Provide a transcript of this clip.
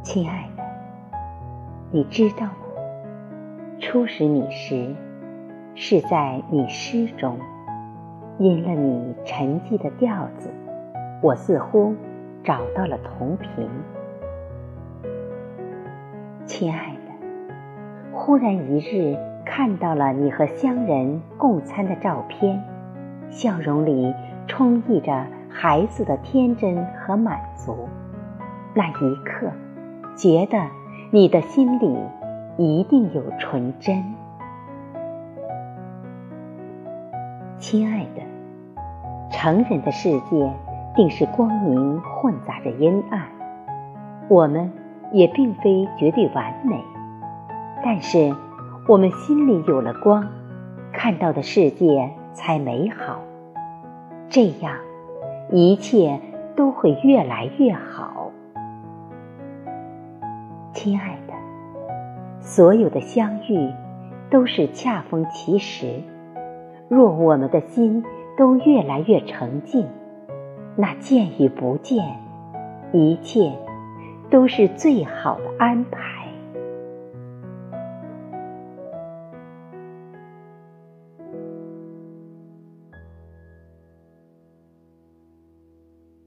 亲爱的，你知道吗？初识你时，是在你诗中，因了你沉寂的调子，我似乎找到了同频。亲爱的，忽然一日看到了你和乡人共餐的照片，笑容里充溢着孩子的天真和满足。那一刻，觉得你的心里一定有纯真。亲爱的，成人的世界定是光明混杂着阴暗，我们也并非绝对完美，但是我们心里有了光，看到的世界才美好，这样一切都会越来越好。亲爱的，所有的相遇都是恰逢其时，若我们的心都越来越澄净，那见与不见，一切都是最好的安排。